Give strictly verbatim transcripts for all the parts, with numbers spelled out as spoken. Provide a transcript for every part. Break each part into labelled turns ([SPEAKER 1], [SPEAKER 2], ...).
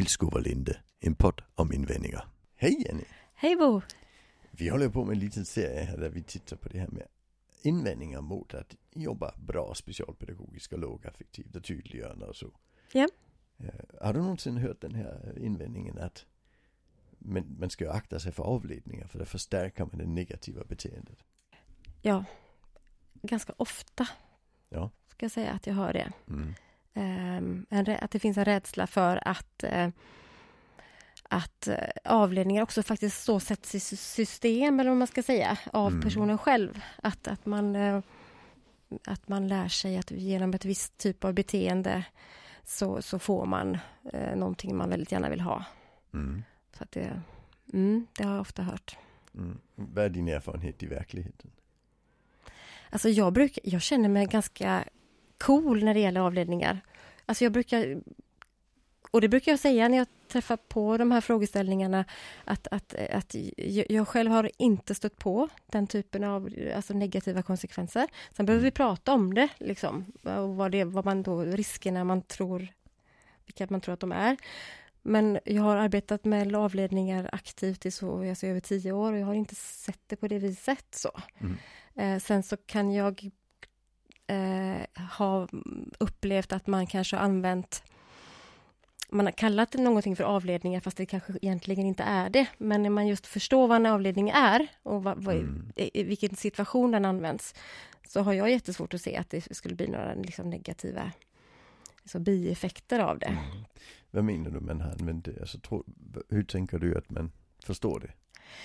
[SPEAKER 1] till Skovalinde, en podd om invändningar. Hej Jenny!
[SPEAKER 2] Hej Bo!
[SPEAKER 1] Vi håller på med en liten serie här där vi tittar på det här med invändningar mot att jobba bra specialpedagogiskt och lågaffektivt och tydliggörande och så.
[SPEAKER 2] Ja.
[SPEAKER 1] Har du någonsin hört den här invändningen att men man ska ju akta sig för avledningar för det förstärker man det negativa beteendet?
[SPEAKER 2] Ja, ganska ofta
[SPEAKER 1] Ja.
[SPEAKER 2] ska jag säga att jag hör det.
[SPEAKER 1] Mm.
[SPEAKER 2] Um, en, att det finns en rädsla för att, uh, att uh, avledningar också faktiskt så sätts i system, eller vad man ska säga, av
[SPEAKER 1] Mm.
[SPEAKER 2] personen själv. Att, att, man, uh, att man lär sig att genom ett visst typ av beteende så, så får man uh, någonting man väldigt gärna vill ha.
[SPEAKER 1] Mm.
[SPEAKER 2] Så att det, mm, det har jag ofta hört.
[SPEAKER 1] Mm. Vad är din erfarenhet i verkligheten?
[SPEAKER 2] Alltså jag, bruk, jag känner mig ganska cool när det gäller avledningar. Alltså jag brukar, och det brukar jag säga när jag träffar på de här frågeställningarna, att, att, att jag själv har inte stött på den typen av alltså negativa konsekvenser. Sen behöver vi prata om det, liksom, och vad, det, vad man då, riskerna man tror, vilka man tror att de är. Men jag har arbetat med avledningar aktivt i så, alltså över tio år och jag har inte sett det på det viset så.
[SPEAKER 1] Mm.
[SPEAKER 2] Eh, sen så kan jag eh, ha upplevt att man kanske har använt, man har kallat det någonting för avledningar fast det kanske egentligen inte är det. Men när man just förstår vad en avledning är och vad, vad,
[SPEAKER 1] Mm.
[SPEAKER 2] i, i vilken situation den används, så har jag jättesvårt att se att det skulle bli några liksom, negativa alltså, bieffekter av det.
[SPEAKER 1] Mm. Vad menar du med han? Men det, alltså, tror, hur tänker du att man förstår det?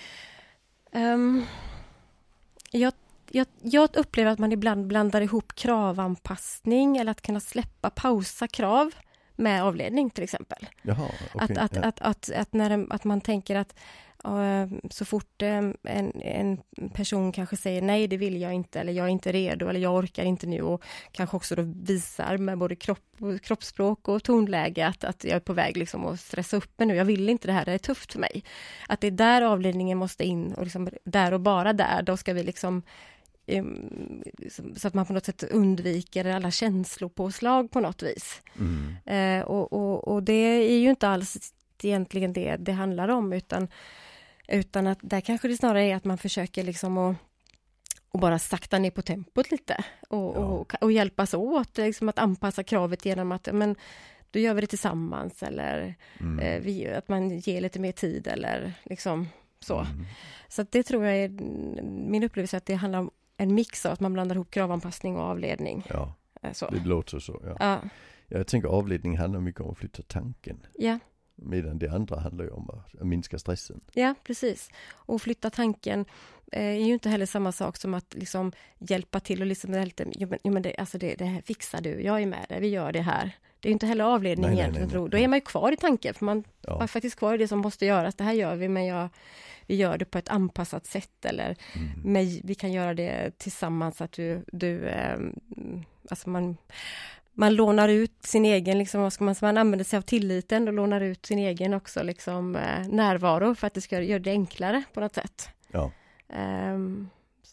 [SPEAKER 2] Um, jag, jag, jag upplever att man ibland blandar ihop kravanpassning eller att kunna släppa, pausa krav med avledning till exempel.
[SPEAKER 1] Jaha, okay,
[SPEAKER 2] att, att,
[SPEAKER 1] ja.
[SPEAKER 2] att, att, att, när, att man tänker att uh, så fort um, en, en person kanske säger nej, det vill jag inte, eller jag är inte redo, eller jag orkar inte nu, och kanske också då visar med både kropp, kroppsspråk och tonläge att, att jag är på väg liksom att stressa upp mig nu, jag vill inte det här, det är tufft för mig. Att det är där avledningen måste in, och liksom där och bara där, då ska vi liksom um, så att man på något sätt undviker alla känslopåslag på något vis.
[SPEAKER 1] Mm.
[SPEAKER 2] Uh, och, och, och det är ju inte alls egentligen det det handlar om, utan, utan att där kanske det snarare är att man försöker liksom att och bara sakta ner på tempot lite och,
[SPEAKER 1] Ja.
[SPEAKER 2] och, och hjälpas åt liksom att anpassa kravet genom att men, då gör vi det tillsammans, eller
[SPEAKER 1] Mm.
[SPEAKER 2] eh, vi, att man ger lite mer tid eller liksom så.
[SPEAKER 1] Mm.
[SPEAKER 2] Så att det tror jag är min upplevelse, att det handlar om en mix av att man blandar ihop kravanpassning och avledning.
[SPEAKER 1] Ja,
[SPEAKER 2] Eh, Så.
[SPEAKER 1] det låter så. Ja.
[SPEAKER 2] Ja,
[SPEAKER 1] Jag tänker avledning handlar mycket om att flytta tanken.
[SPEAKER 2] ja.
[SPEAKER 1] Medan det andra handlar ju om att, att minska stressen.
[SPEAKER 2] Ja, precis. Och flytta tanken eh, är ju inte heller samma sak som att liksom hjälpa till och liksom lite, jo men, jo, men det, alltså det, det här fixar du, jag är med dig, vi gör det här. Det är ju inte heller avledning
[SPEAKER 1] Nej, nej,
[SPEAKER 2] egentligen.
[SPEAKER 1] nej, nej.
[SPEAKER 2] Då är man ju kvar i tanken, för man
[SPEAKER 1] Ja.
[SPEAKER 2] är faktiskt kvar i det som måste göras. Det här gör vi, men jag, vi gör det på ett anpassat sätt, eller
[SPEAKER 1] Mm.
[SPEAKER 2] men vi kan göra det tillsammans, att du, du eh, alltså man man lånar ut sin egen, liksom, vad ska man, man använder sig av tilliten och lånar ut sin egen också, liksom, eh, närvaro för att det ska göra det enklare på något sätt.
[SPEAKER 1] Ja.
[SPEAKER 2] Um,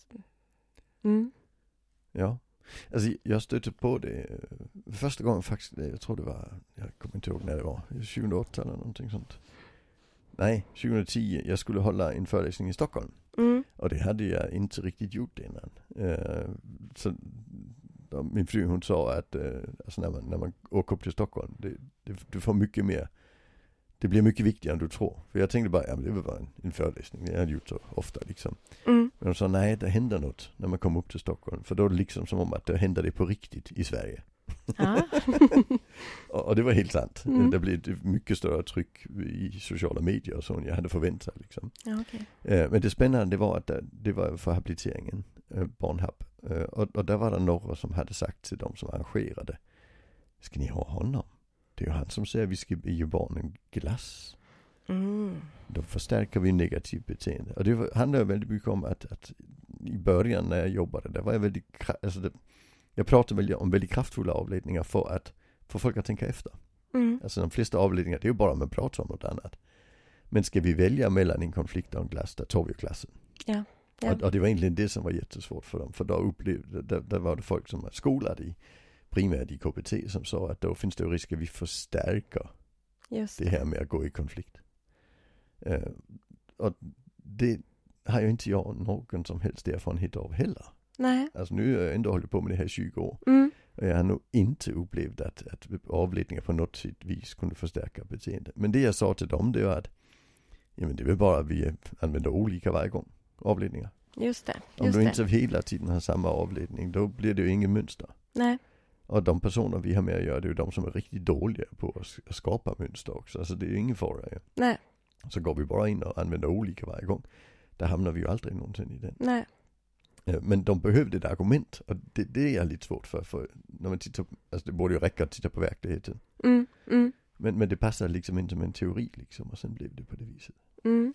[SPEAKER 2] mm.
[SPEAKER 1] Ja. Alltså jag stötte på det första gången faktiskt, jag tror det var, jag kommer inte ihåg när det var, tjugohundraåtta eller någonting sånt. Nej, tjugohundratio. Jag skulle hålla en föreläsning i Stockholm.
[SPEAKER 2] Mm.
[SPEAKER 1] Och det hade jag inte riktigt gjort innan. Uh, så då, min fru hon sa att uh, alltså när, man, när man åker upp till Stockholm, det, det, du får mycket mer, det blir mycket viktigare än du tror. För jag tänkte bara, ja men det var bara en, en föreläsning, jag hade gjort så ofta liksom.
[SPEAKER 2] Mm.
[SPEAKER 1] Men de sa, nej det händer något när man kommer upp till Stockholm. För då är det liksom som om att det händer det på riktigt i Sverige.
[SPEAKER 2] Ja.
[SPEAKER 1] och, och det var helt sant.
[SPEAKER 2] Mm.
[SPEAKER 1] Det blev mycket större tryck i sociala medier och så än jag hade förväntat liksom.
[SPEAKER 2] Ja, okay.
[SPEAKER 1] Eh, men det spännande var att det, det var för habiliteringen, eh, Barnhub. Eh, och, och där var det några som hade sagt till dem som arrangerade, ska ni ha honom? Det är ju han som säger att vi ska ge barnen glass.
[SPEAKER 2] Mm.
[SPEAKER 1] Då förstärker vi negativt beteende. Och det var, handlar väldigt mycket om att, att i början när jag jobbade, där var jag väldigt, alltså det, jag pratade väldigt om väldigt kraftfulla avledningar för att få folk att tänka efter.
[SPEAKER 2] Mm.
[SPEAKER 1] Alltså de flesta avledningar, det är ju bara om man pratar om något annat. Men ska vi välja mellan en konflikt och en glass, där tar vi glassen.
[SPEAKER 2] Ja. Ja.
[SPEAKER 1] Och, och det var egentligen det som var jättesvårt för dem. För då upplevde, där, där var det folk som var skolade i, primärt i K B T, som sa att då finns det ju risk att vi förstärker
[SPEAKER 2] Just
[SPEAKER 1] det här med att gå i konflikt. Eh, och det har ju inte jag någon som helst erfarenhet av heller.
[SPEAKER 2] Nej.
[SPEAKER 1] Alltså nu har jag ändå hållit på med det här i tjugo år.
[SPEAKER 2] Mm.
[SPEAKER 1] Och jag har nog inte upplevt att, att avledningar på något sätt vis kunde förstärka beteende. Men det jag sa till dem, det var att ja, men det är väl bara att vi använder olika varje gång. Avledningar.
[SPEAKER 2] Just det. Just
[SPEAKER 1] Om du
[SPEAKER 2] det.
[SPEAKER 1] inte hela tiden har samma avledning, då blir det ju ingen mönster.
[SPEAKER 2] Nej.
[SPEAKER 1] Och de personer vi har med att göra, det är ju de som är riktigt dåliga på att skapa mönster också. Alltså det är ju ingen fara ju.
[SPEAKER 2] Nej.
[SPEAKER 1] Så går vi bara in och använder olika varje gång. Där hamnar vi ju aldrig någonsin i den.
[SPEAKER 2] Nej.
[SPEAKER 1] Men de behövde ett argument. Och det, det är lite svårt för. För när man tittar, alltså det borde ju räcka att titta på verkligheten.
[SPEAKER 2] Mm. Mm.
[SPEAKER 1] Men, men det passar liksom inte med en teori liksom. Och sen blev det på det viset.
[SPEAKER 2] Mm.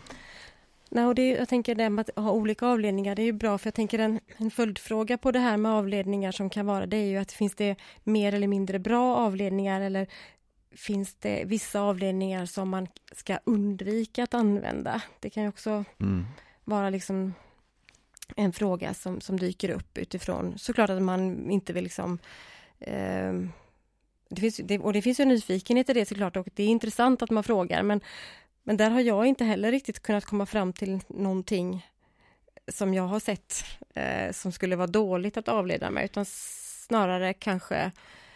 [SPEAKER 2] Nej, och det, jag tänker det med att ha olika avledningar, det är ju bra, för jag tänker en, en följdfråga på det här med avledningar som kan vara, det är ju att finns det mer eller mindre bra avledningar, eller finns det vissa avledningar som man ska undvika att använda? Det kan ju också
[SPEAKER 1] Mm.
[SPEAKER 2] vara liksom en fråga som, som dyker upp utifrån, såklart att man inte vill liksom eh, det finns, det, och det finns ju nyfikenhet i det såklart, och det är intressant att man frågar, men Men där har jag inte heller riktigt kunnat komma fram till någonting som jag har sett eh, som skulle vara dåligt att avleda med, utan snarare kanske,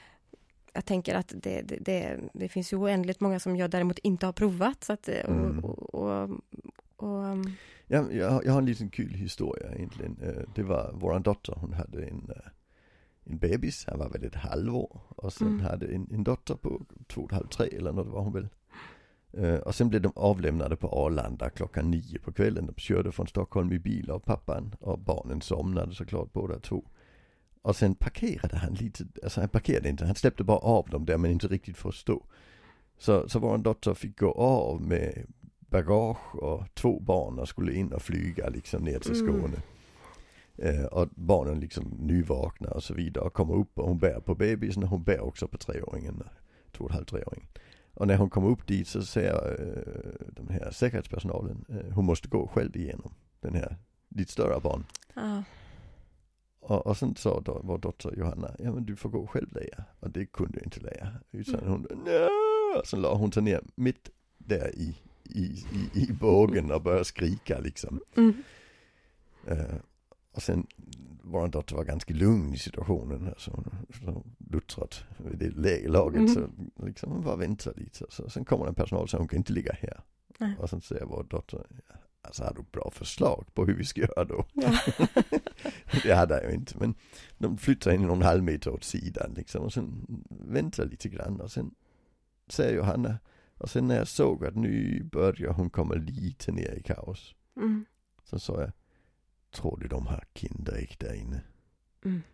[SPEAKER 2] jag tänker att det, det, det, det finns ju oändligt många som jag däremot inte har provat. Så att, och,
[SPEAKER 1] Mm.
[SPEAKER 2] och, och, och,
[SPEAKER 1] Ja, jag, jag har en liten kul historia egentligen. Det var vår dotter, hon hade en, en bebis, han var väl ett halvår. Och sen
[SPEAKER 2] Mm.
[SPEAKER 1] hade en, en dotter på två och ett halvt, tre eller något var hon väl. Uh, och sen blev de avlämnade på Arlanda klockan nio på kvällen. De körde från Stockholm i bil av pappan. Och barnen somnade såklart båda två. Och sen parkerade han lite. Alltså han parkerade inte. Han släppte bara av dem där, men inte riktigt för att stå. Så, så vår dotter fick gå av med bagage och två barn och skulle in och flyga liksom ner till Skåne. Mm. Uh, och barnen liksom nyvakna och så vidare. Och kommer upp och hon bär på bebisen. Och hon bär också på treåringen. Två och ett halvt, treåringen. Och när hon kom upp dit så säger äh, den här säkerhetspersonalen, äh, hon måste gå själv igenom den här lite större barn.
[SPEAKER 2] ja.
[SPEAKER 1] Och, och sen sa då vår dotter Johanna, ja men du får gå själv Leia. Och det kunde inte Leia. Utan
[SPEAKER 2] Mm.
[SPEAKER 1] hon, no! Och sen la hon sig ner mitt där i, i, i, i bågen och började skrika liksom.
[SPEAKER 2] Mm.
[SPEAKER 1] Uh, och sen vår dotter var ganska lugn i situationen. Alltså, så luttrat vid det lägelaget. Mm. Så liksom hon bara väntar lite. Så, sen kommer en personal och säger hon kan inte ligga här.
[SPEAKER 2] Nej.
[SPEAKER 1] Och sen säger vår dotter, alltså har du bra förslag på hur vi ska göra då?
[SPEAKER 2] Ja.
[SPEAKER 1] Det hade jag ju inte. Men de flyttar in någon halv meter åt sidan liksom. Och sen väntar lite grann. Och sen säger Johanna. Och sen när jag såg att nu börjar hon komma lite ner i kaos.
[SPEAKER 2] Mm.
[SPEAKER 1] Så sa jag, tror du de har Kinderägg där inne?
[SPEAKER 2] Mm.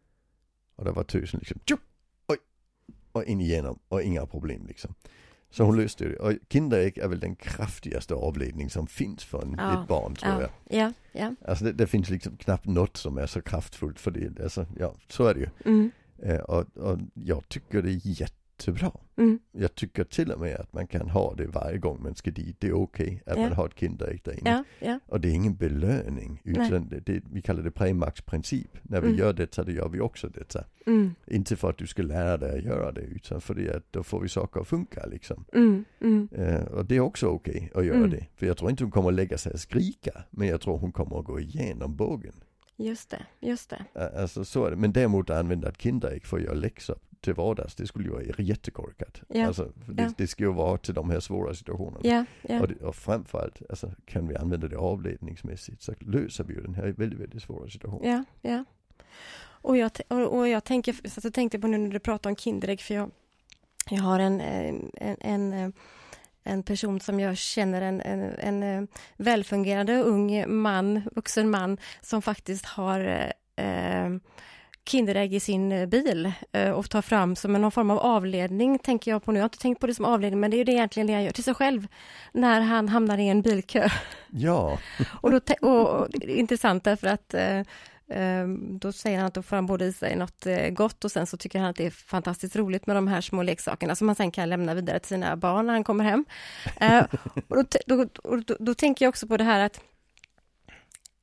[SPEAKER 1] Och det var tusen liksom, tjup, oj, och in igenom, och inga problem liksom. Så hon löste det. Och Kinderägg är väl den kraftigaste avledning som finns för en,
[SPEAKER 2] ja.
[SPEAKER 1] ett barn, tror
[SPEAKER 2] ja.
[SPEAKER 1] jag.
[SPEAKER 2] Ja, ja.
[SPEAKER 1] Alltså det, det finns liksom knappt något som är så kraftfullt för det. Alltså, ja, så är det ju.
[SPEAKER 2] Mm.
[SPEAKER 1] Eh, och, och jag tycker det är jättebra.
[SPEAKER 2] Mm.
[SPEAKER 1] Jag tycker till och med att man kan ha det varje gång man ska dit. Det är okej okay att
[SPEAKER 2] ja.
[SPEAKER 1] man har ett Kinderägg där inne.
[SPEAKER 2] Ja, ja.
[SPEAKER 1] Och det är ingen belöning. Utan det, det, vi kallar det Primax-princip. När vi
[SPEAKER 2] Mm.
[SPEAKER 1] gör det så det gör vi också det.
[SPEAKER 2] Mm.
[SPEAKER 1] Inte för att du ska lära dig att göra det. Utan för det att då får vi saker att funka liksom.
[SPEAKER 2] Mm. Mm.
[SPEAKER 1] Eh, och det är också okej okay att göra
[SPEAKER 2] Mm.
[SPEAKER 1] det. För jag tror inte hon kommer att lägga sig och skrika. Men jag tror hon kommer att gå igenom bågen.
[SPEAKER 2] Just det, just det.
[SPEAKER 1] Eh, alltså så är det. Men däremot att använda ett Kinderägg för att göra läxor till vardags, det skulle ju vara jättekorkat.
[SPEAKER 2] Ja.
[SPEAKER 1] Alltså, för det,
[SPEAKER 2] Ja.
[SPEAKER 1] det ska ju vara till de här svåra situationerna.
[SPEAKER 2] Ja, ja.
[SPEAKER 1] Och, det, och framförallt, alltså, kan vi använda det avledningsmässigt så löser vi ju den här väldigt, väldigt svåra situationen.
[SPEAKER 2] Ja, ja. Och jag, t- och, och jag tänker, så att jag tänkte på nu när du pratar om Kinderägg, för jag, jag har en, en, en, en person som jag känner, en, en, en välfungerande ung man, vuxen man, som faktiskt har eh, Kinderägg i sin bil eh, och tar fram som någon form av avledning, tänker jag på nu. Jag har inte tänkt på det som avledning, men det är ju det egentligen det han gör till sig själv när han hamnar i en bilkö.
[SPEAKER 1] Ja.
[SPEAKER 2] och, då te- och, och det är intressant därför att eh, eh, då säger han att då får han både i sig något eh, gott, och sen så tycker han att det är fantastiskt roligt med de här små leksakerna som man sen kan lämna vidare till sina barn när han kommer hem. Eh, och då, te- då, då, då, då tänker jag också på det här att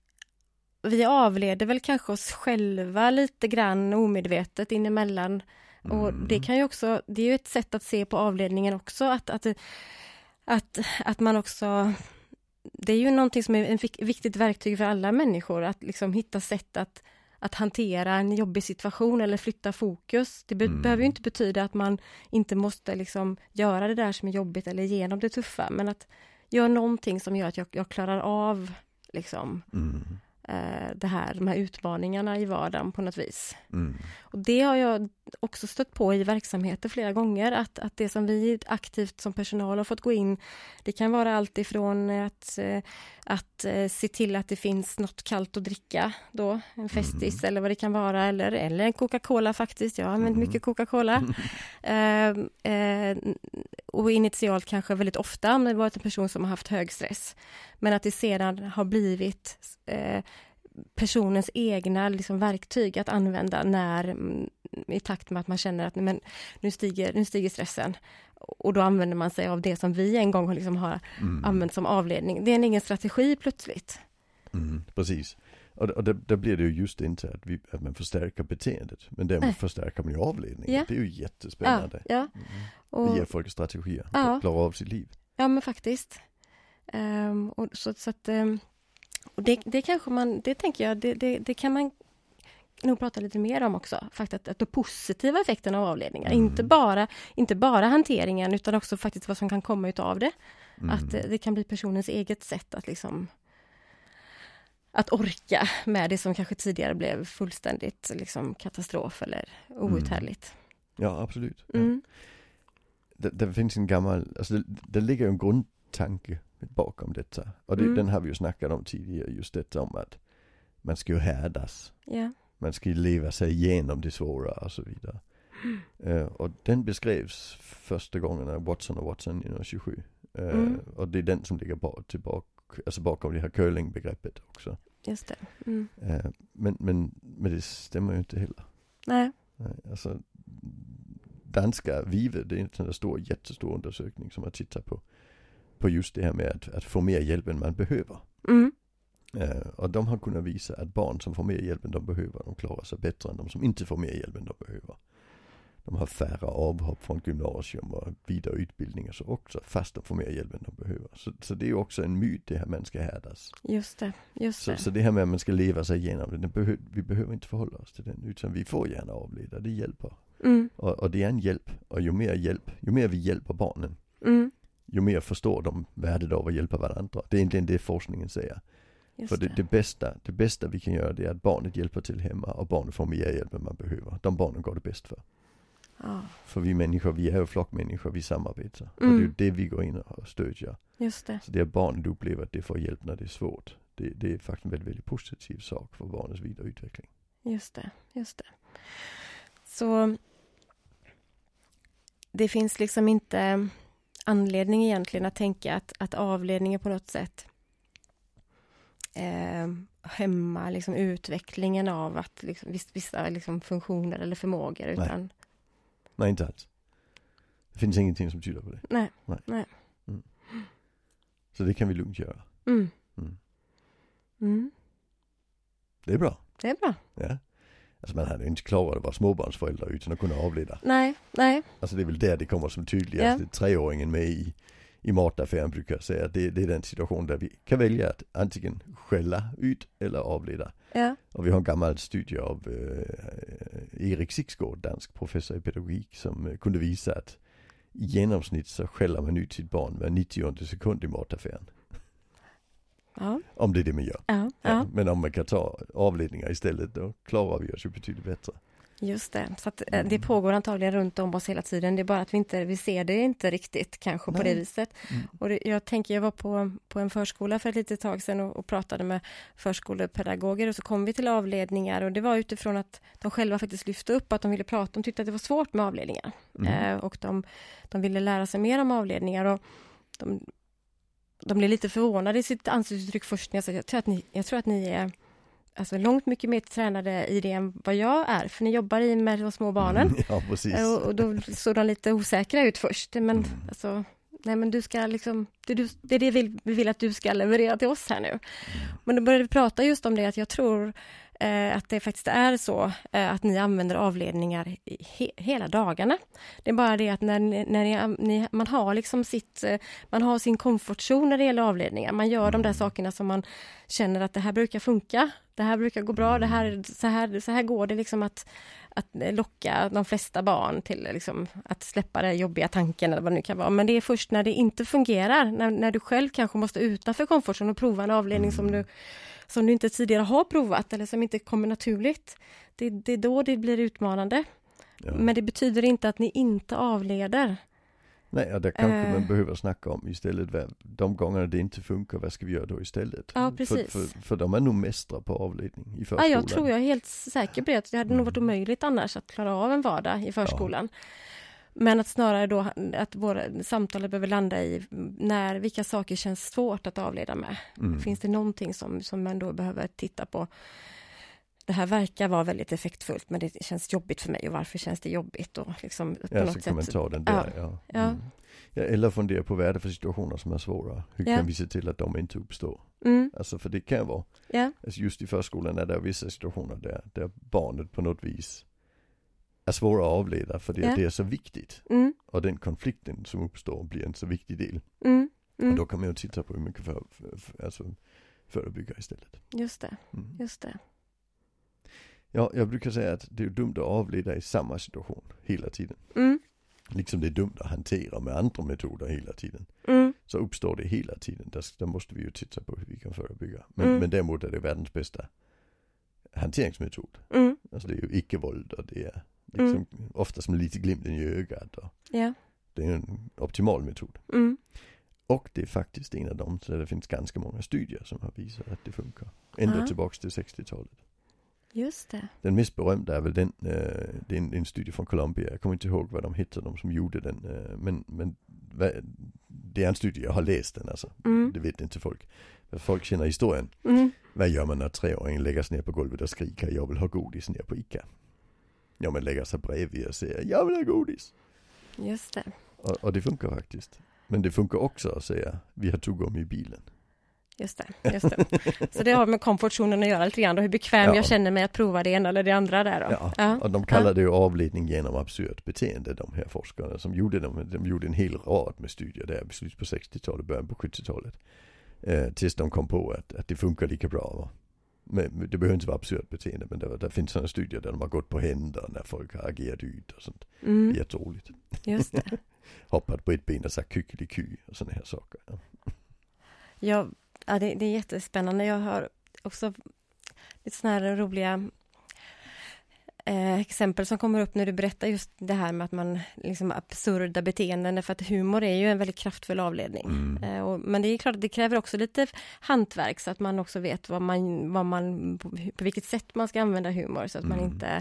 [SPEAKER 2] vi avleder väl kanske oss själva lite grann omedvetet inemellan Mm. Och det kan ju också, det är ju ett sätt att se på avledningen också, att, att, att, att man också, det är ju någonting som är ett viktigt verktyg för alla människor, att liksom hitta sätt att, att hantera en jobbig situation eller flytta fokus. Det be- mm. behöver ju inte betyda att man inte måste liksom göra det där som är jobbigt eller igenom det tuffa, men att göra någonting som gör att jag, jag klarar av liksom mm. eh, det här, de här utmaningarna i vardagen på något vis. Mm. Och det har jag också stött på i verksamheter flera gånger, att, att det som vi aktivt som personal har fått gå in, det kan vara allt ifrån att, att se till att det finns något kallt att dricka då, en festis mm. eller vad det kan vara, eller, eller en Coca-Cola faktiskt, jag har använt mm. mycket Coca-Cola. eh, eh, och initialt kanske väldigt ofta om det varit en person som har haft hög stress, men att det sedan har blivit eh, personens egna liksom, verktyg att använda när, i takt med att man känner att men, nu, stiger, nu stiger stressen. Och då använder man sig av det som vi en gång liksom har mm. använt som avledning. Det är en egen strategi plötsligt.
[SPEAKER 1] Mm, precis. Och, och där blir det ju just inte att, vi, att man förstärker beteendet. Men däremot äh. förstärker man ju avledningen. Ja. Det är ju jättespännande.
[SPEAKER 2] Ja, ja. Och,
[SPEAKER 1] det ger folk strategier
[SPEAKER 2] ja.
[SPEAKER 1] att klara av sitt liv.
[SPEAKER 2] Ja, men faktiskt. Um, och så, så att... Um, Och det, det kanske man, det tänker jag, det, det, det kan man nog prata lite mer om också. Faktiskt att de positiva effekterna av avledningar, mm. inte bara inte bara hanteringen utan också faktiskt vad som kan komma utav det. Mm. Att det, det kan bli personens eget sätt att liksom att orka med det som kanske tidigare blev fullständigt liksom katastrof eller outhärdligt.
[SPEAKER 1] Mm. Ja, absolut.
[SPEAKER 2] Mm.
[SPEAKER 1] Ja. Det, det finns en gammal, alltså det, det ligger en grundtanke bakom detta. Och det, mm. den har vi ju snackat om tidigare, just detta om att man ska ju härdas.
[SPEAKER 2] Yeah.
[SPEAKER 1] Man ska ju leva sig igenom det svåra och så vidare. Mm. Uh, och den beskrevs första gången av Watson och Watson nittonhundratjugosju. Uh, mm. Och det är den som ligger bak, tillbaka, alltså bakom det här curling-begreppet också.
[SPEAKER 2] Just det. Mm.
[SPEAKER 1] Uh, men, men, men det stämmer ju inte heller.
[SPEAKER 2] Nej.
[SPEAKER 1] Nej, alltså danska Vive, det är en sån där stor, jättestor undersökning som har tittat på på just det här med att, att få mer hjälp än man behöver.
[SPEAKER 2] Mm.
[SPEAKER 1] Uh, och de har kunnat visa att barn som får mer hjälp än de behöver, de klarar sig bättre än de som inte får mer hjälp än de behöver. De har färre avhopp från gymnasium och vidare utbildningar så också, fast de får mer hjälp än de behöver. Så, så det är ju också en myt det här man ska härdas.
[SPEAKER 2] Just det, just
[SPEAKER 1] så,
[SPEAKER 2] det.
[SPEAKER 1] Så det här med att man ska leva sig igenom det, det behö, vi behöver inte förhålla oss till den, utan vi får gärna avleda, det hjälper.
[SPEAKER 2] Mm.
[SPEAKER 1] Och, och det är en hjälp, och ju mer hjälp, ju mer vi hjälper barnen, mm. ju mer förstår de värdet av att hjälpa varandra. Det är egentligen det forskningen säger. Just För det, det. Det, bästa, det bästa vi kan göra det är att barnet hjälper till hemma och barnet får mer hjälp än man behöver. De barnen går det bäst för.
[SPEAKER 2] Ah.
[SPEAKER 1] För vi människor, vi är ju flockmänniskor, vi samarbetar.
[SPEAKER 2] Mm.
[SPEAKER 1] Och det är ju det vi går in och stödjer.
[SPEAKER 2] Just det.
[SPEAKER 1] Så det är barnet upplever att det får hjälp när det är svårt. Det, det är faktiskt en väldigt, väldigt positiv sak för barnets vidare utveckling.
[SPEAKER 2] Just det, just det. Så det finns liksom inte anledning egentligen att tänka att, att avledningen på något sätt eh, hämmar liksom utvecklingen av att liksom, vissa liksom, funktioner eller förmågor. Utan...
[SPEAKER 1] Nej. Nej, inte alls. Det finns ingenting som tyder på det.
[SPEAKER 2] Nej.
[SPEAKER 1] Nej.
[SPEAKER 2] Nej.
[SPEAKER 1] Mm. Så det kan vi lugnt göra.
[SPEAKER 2] Mm.
[SPEAKER 1] Mm.
[SPEAKER 2] Mm.
[SPEAKER 1] Det är bra.
[SPEAKER 2] Det är bra.
[SPEAKER 1] Ja. Alltså man hade ju inte klarat att vara småbarnsföräldrar utan att kunna avleda.
[SPEAKER 2] Nej, nej.
[SPEAKER 1] Alltså det är väl där det kommer som tydligast. Ja. Treåringen med i, i mataffären brukar jag säga. Det, det är den situation där vi kan välja att antingen skälla ut eller avleda.
[SPEAKER 2] Ja.
[SPEAKER 1] Och vi har en gammal studie av eh, Erik Siksgaard, dansk professor i pedagogik, som eh, kunde visa att i genomsnitt så skäller man ut sitt barn var nittionde sekund i mataffären.
[SPEAKER 2] Ja.
[SPEAKER 1] Om det är det man gör.
[SPEAKER 2] Ja, ja.
[SPEAKER 1] Ja, men om man kan ta avledningar istället, då klarar vi oss ju betydligt bättre.
[SPEAKER 2] Just det, så att eh, det pågår antagligen runt om oss hela tiden. Det är bara att vi inte vi ser det inte riktigt kanske Nej. På det viset. Mm. Och det, jag tänker, jag var på, på en förskola för ett litet tag sedan och, och pratade med förskolepedagoger och så kom vi till avledningar och det var utifrån att de själva faktiskt lyfte upp att de ville prata, de tyckte att det var svårt med avledningar. Mm. Eh, och de, de ville lära sig mer om avledningar och de, de blev lite förvånade i sitt ansiktsuttryck först när jag sa jag tror att ni, jag tror att ni är alltså långt mycket mer tränade i det än vad jag är. För ni jobbar i med de små barnen.
[SPEAKER 1] Mm, ja, precis.
[SPEAKER 2] Och, och då såg de lite osäkra ut först. Men mm. alltså, nej men du ska liksom, det, du, det är det vi vill, vi vill att du ska leverera till oss här nu. Mm. Men då började vi prata just om det att jag tror eh, att det faktiskt är så eh, att ni använder avledningar i he- hela dagarna. Det är bara det att när, ni, när ni, ni, man har liksom sitt, eh, man har sin komfortzon när det gäller avledningar. Man gör de där sakerna som man känner att det här brukar funka. Det här brukar gå bra. Det här, så, här, så här går det liksom att, att locka de flesta barn till liksom, att släppa den jobbiga tanken eller vad det nu kan vara. Men det är först när det inte fungerar, när, när du själv kanske måste utanför komfortzon och prova en avledning som du, som du inte tidigare har provat eller som inte kommer naturligt. Det, det är då det blir utmanande. Ja. Men det betyder inte att ni inte avleder.
[SPEAKER 1] Nej, och det kanske
[SPEAKER 2] uh,
[SPEAKER 1] man behöver snacka om istället. De gångerna det inte funkar, vad ska vi göra då istället?
[SPEAKER 2] Ja, precis.
[SPEAKER 1] För, för, för de är nog mästare på avledning i förskolan.
[SPEAKER 2] Ja, jag tror jag är helt säker på det. Det hade mm. nog varit omöjligt annars att klara av en vardag i förskolan. Ja. Men att snarare då att våra samtal behöver landa i när, vilka saker känns svårt att avleda med. Mm. Finns det någonting som, som man då behöver titta på? Det här verkar vara väldigt effektfullt, men det känns jobbigt för mig. Och varför känns det jobbigt? Och liksom på
[SPEAKER 1] ja,
[SPEAKER 2] något
[SPEAKER 1] så
[SPEAKER 2] sätt.
[SPEAKER 1] kan man ta den där. Ja. Ja. Mm. Ja, eller fundera på vad är det för situationer som är svåra. Hur ja. kan vi se till att de inte uppstår? Mm. Alltså för det kan vara. Ja. Alltså just i förskolan är det vissa situationer där, där barnet på något vis är svåra att avleda. För det, ja. det är så viktigt. Mm. Och den konflikten som uppstår blir en så viktig del. Mm. Mm. Och då kan man ju titta på hur mycket för, för, för, alltså förebygga istället.
[SPEAKER 2] Just det, mm. just det.
[SPEAKER 1] Ja, jag brukar säga att det är dumt att avleda i samma situation hela tiden.
[SPEAKER 2] Mm.
[SPEAKER 1] Liksom det är dumt att hantera med andra metoder hela tiden.
[SPEAKER 2] Mm.
[SPEAKER 1] Så uppstår det hela tiden. Där, där måste vi ju titta på hur vi kan förebygga. Men,
[SPEAKER 2] mm.
[SPEAKER 1] men däremot är det världens bästa hanteringsmetod.
[SPEAKER 2] Mm.
[SPEAKER 1] Alltså det är ju icke-våld och det är liksom mm. ofta som lite glimten i ögat. Och
[SPEAKER 2] yeah.
[SPEAKER 1] Det är en optimal metod.
[SPEAKER 2] Mm.
[SPEAKER 1] Och det är faktiskt en av dem där det finns ganska många studier som har visat att det funkar. Ända
[SPEAKER 2] ah.
[SPEAKER 1] tillbaka till sextiotalet.
[SPEAKER 2] Just det.
[SPEAKER 1] Den mest berömda är väl den, eh, det är en, en studie från Columbia. Jag kommer inte ihåg vad de heter, de som gjorde den. Eh, men men vad, det är en studie, jag har läst den alltså.
[SPEAKER 2] Mm.
[SPEAKER 1] Det vet inte folk. Folk känner historien.
[SPEAKER 2] Mm.
[SPEAKER 1] Vad gör man när treåringen lägger sig ner på golvet och skriker, jag vill ha godis ner på Ica? Ja, man lägger sig bredvid och säger, jag vill ha godis.
[SPEAKER 2] Just det.
[SPEAKER 1] Och, och det funkar faktiskt. Men det funkar också att säga, vi har tuggummi i bilen.
[SPEAKER 2] Just det, just det. Så det har med komfortzonen att göra lite grann. Och hur bekväm ja. jag känner mig att prova det ena eller det andra där då.
[SPEAKER 1] Ja, ja. Och de kallar det ju avledning genom absurt beteende, de här forskarna som gjorde dem. De gjorde en hel rad med studier där i slutet på sextiotalet, början på sjuttiotalet. Eh, tills de kom på att, att det funkar lika bra. Va? Men det behöver inte vara absurt beteende, men det, det finns sådana studier där de har gått på händer när folk har agerat ut och sånt.
[SPEAKER 2] Mm.
[SPEAKER 1] Jätteroligt.
[SPEAKER 2] Just det.
[SPEAKER 1] Hoppat på ett ben och sagt kyckeliky och sådana här saker. Ja.
[SPEAKER 2] Ja. Ja, det, det är jättespännande. Jag har också lite sådana här roliga eh, exempel som kommer upp när du berättar just det här med att man liksom absurda beteenden, för att humor är ju en väldigt kraftfull avledning.
[SPEAKER 1] Mm.
[SPEAKER 2] Eh, och, men det är klart att det kräver också lite hantverk så att man också vet vad man, vad man, på, på vilket sätt man ska använda humor så att mm. man inte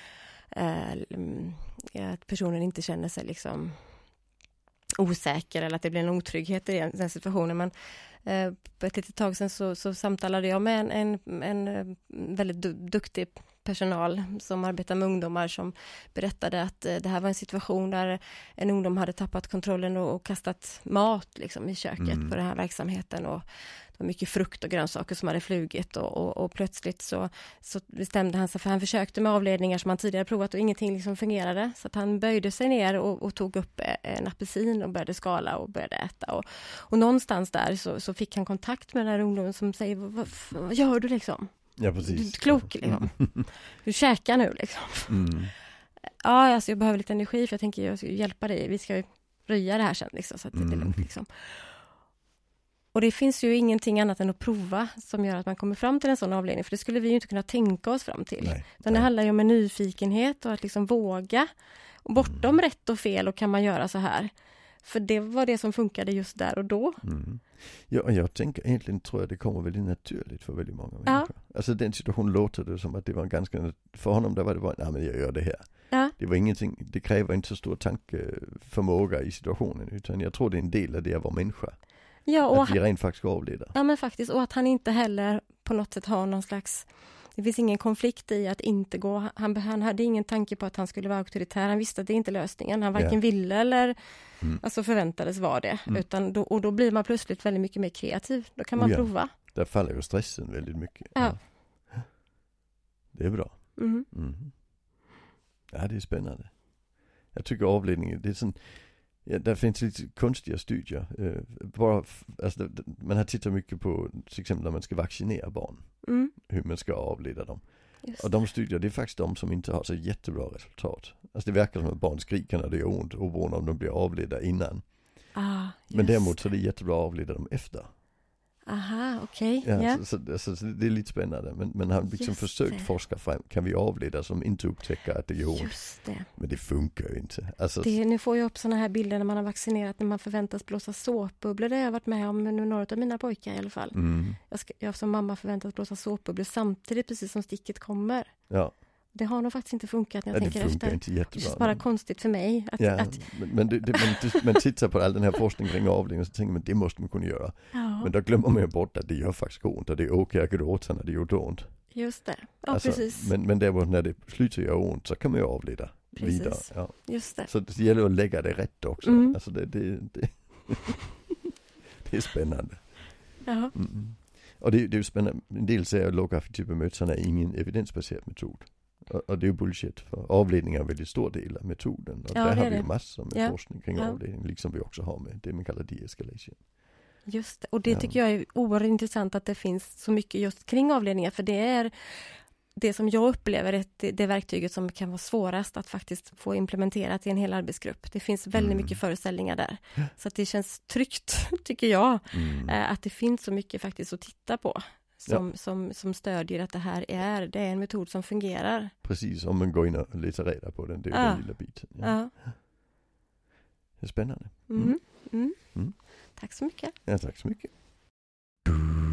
[SPEAKER 2] eh, att personen inte känner sig liksom osäker eller att det blir en otrygghet i den, den situationen. Men eh, på ett litet tag sedan så, så samtalade jag med en, en, en väldigt du, duktig personal som arbetar med ungdomar som berättade att eh, det här var en situation där en ungdom hade tappat kontrollen och, och kastat mat liksom, i köket mm. på den här verksamheten och det var mycket frukt och grönsaker som hade flugit och, och, och plötsligt så, så bestämde han sig för han försökte med avledningar som han tidigare provat och ingenting liksom fungerade så att han böjde sig ner och, och tog upp en apelsin och började skala och började äta och, och någonstans där så, så fick han kontakt med den här ungdomen som säger vad, vad gör du liksom?
[SPEAKER 1] Ja, precis.
[SPEAKER 2] Du är klok liksom. Du käkar nu liksom.
[SPEAKER 1] Mm.
[SPEAKER 2] Ja, alltså jag behöver lite energi för jag tänker jag ska hjälpa dig. Vi ska röja det här sen liksom, så att det är lugnt liksom. Och det finns ju ingenting annat än att prova som gör att man kommer fram till en sån avledning. För det skulle vi ju inte kunna tänka oss fram till.
[SPEAKER 1] Nej,
[SPEAKER 2] Utan det handlar ju om en nyfikenhet och att liksom våga. Och bortom mm. rätt och fel och kan man göra så här. För det var det som funkade just där och då.
[SPEAKER 1] Mm. Ja, jag tänker egentligen tror jag det kommer väldigt naturligt för väldigt många människor. Ja. Alltså den situationen låter det som att det var en ganska, för honom där var det bara, nej men jag gör det här.
[SPEAKER 2] Ja.
[SPEAKER 1] Det var ingenting, det kräver inte så stor tankeförmåga i situationen. Utan jag tror det är en del av det att vara människa.
[SPEAKER 2] Ja, och
[SPEAKER 1] att vi rent faktiskt avleder.
[SPEAKER 2] Ja men faktiskt, och att han inte heller på något sätt har någon slags, det finns ingen konflikt i att inte gå, han, han hade ingen tanke på att han skulle vara auktoritär, han visste att det inte är lösningen, han varken yeah. ville eller mm. alltså förväntades vara det, mm. utan då, och då blir man plötsligt väldigt mycket mer kreativ, då kan man
[SPEAKER 1] ja.
[SPEAKER 2] prova.
[SPEAKER 1] Där faller ju stressen väldigt mycket.
[SPEAKER 2] Ja.
[SPEAKER 1] Ja. Det är bra.
[SPEAKER 2] Mm.
[SPEAKER 1] Mm. Ja, det är spännande. Jag tycker avledning, det är sån, ja, där finns lite konstiga studier. Eh, bara, alltså, man har tittat mycket på till exempel när man ska vaccinera barn.
[SPEAKER 2] Mm.
[SPEAKER 1] Hur man ska avleda dem.
[SPEAKER 2] Just
[SPEAKER 1] Och de studier, det är faktiskt de som inte har så jättebra resultat. Alltså det verkar som att barn skriker när det gör ont, oberoende om de blir avledda innan.
[SPEAKER 2] Ah,
[SPEAKER 1] Men däremot så är det jättebra att avleda dem efter.
[SPEAKER 2] Aha, okej.
[SPEAKER 1] Ja,
[SPEAKER 2] Ja.
[SPEAKER 1] så, så, så, så det är lite spännande. Men, men han liksom
[SPEAKER 2] Just
[SPEAKER 1] försökt
[SPEAKER 2] det.
[SPEAKER 1] forska fram, kan vi avleda som inte upptäcker att det gör ont?
[SPEAKER 2] Just det.
[SPEAKER 1] Men det funkar ju inte. Alltså,
[SPEAKER 2] det. Nu får jag upp såna här bilder när man har vaccinerat, när man förväntas blåsa såpbubblor. Det har jag varit med om med några av mina pojkar i alla fall.
[SPEAKER 1] mm,
[SPEAKER 2] Jag, ska, jag som mamma förväntas blåsa såpbubblor samtidigt precis som sticket kommer.
[SPEAKER 1] ja,
[SPEAKER 2] Det har nog faktiskt inte funkat när jag
[SPEAKER 1] ja, det
[SPEAKER 2] tänker
[SPEAKER 1] funkar
[SPEAKER 2] efter.
[SPEAKER 1] inte
[SPEAKER 2] Det
[SPEAKER 1] jättebra.
[SPEAKER 2] känns bara
[SPEAKER 1] men-
[SPEAKER 2] konstigt för mig. Att,
[SPEAKER 1] Ja,
[SPEAKER 2] att,
[SPEAKER 1] men, men, det, det, men det, man tittar på all den här forskningen kring avledning och så tänker man det måste man kunna göra.
[SPEAKER 2] ja,
[SPEAKER 1] Men då glömmer man ju bort att det gör faktiskt ont och det är okej att gråta när det gör ont.
[SPEAKER 2] just det. Ja,
[SPEAKER 1] Alltså,
[SPEAKER 2] precis.
[SPEAKER 1] Men, men däremot när det slutar göra ont så kan man ju avleda
[SPEAKER 2] Precis.
[SPEAKER 1] vidare. Ja.
[SPEAKER 2] Just det.
[SPEAKER 1] Så det gäller att lägga det rätt också.
[SPEAKER 2] Mm.
[SPEAKER 1] Alltså det, det, det, det är spännande.
[SPEAKER 2] Ja.
[SPEAKER 1] Mm. Och det, det är ju spännande. En del säger att låggraffittypemötesarna är ingen evidensbaserad metod. Och, och det är ju bullshit. För avledning är en väldigt stor del av metoden. Och
[SPEAKER 2] Ja,
[SPEAKER 1] där
[SPEAKER 2] det
[SPEAKER 1] har
[SPEAKER 2] är
[SPEAKER 1] vi ju
[SPEAKER 2] det.
[SPEAKER 1] massor med
[SPEAKER 2] Ja.
[SPEAKER 1] forskning kring
[SPEAKER 2] Ja.
[SPEAKER 1] avledning. Liksom vi också har med det man kallar de-escalation.
[SPEAKER 2] Just det. Och det
[SPEAKER 1] Ja.
[SPEAKER 2] tycker jag är oerhört intressant att det finns så mycket just kring avledningar. För det är det som jag upplever är det, det verktyget som kan vara svårast att faktiskt få implementerat i en hel arbetsgrupp. Det finns väldigt
[SPEAKER 1] Mm.
[SPEAKER 2] mycket föreställningar där. Så att det känns tryggt, tycker jag,
[SPEAKER 1] Mm.
[SPEAKER 2] eh, att det finns så mycket faktiskt att titta på. Som, som, som stödjer att det här är, det är en metod som fungerar.
[SPEAKER 1] Precis, om man går in och letar reda på den. Det är ju
[SPEAKER 2] Ja.
[SPEAKER 1] den lilla biten. Ja.
[SPEAKER 2] Ja.
[SPEAKER 1] Det är spännande.
[SPEAKER 2] Mm. Mm.
[SPEAKER 1] Mm.
[SPEAKER 2] Tack så mycket.
[SPEAKER 1] Ja, tack så mycket.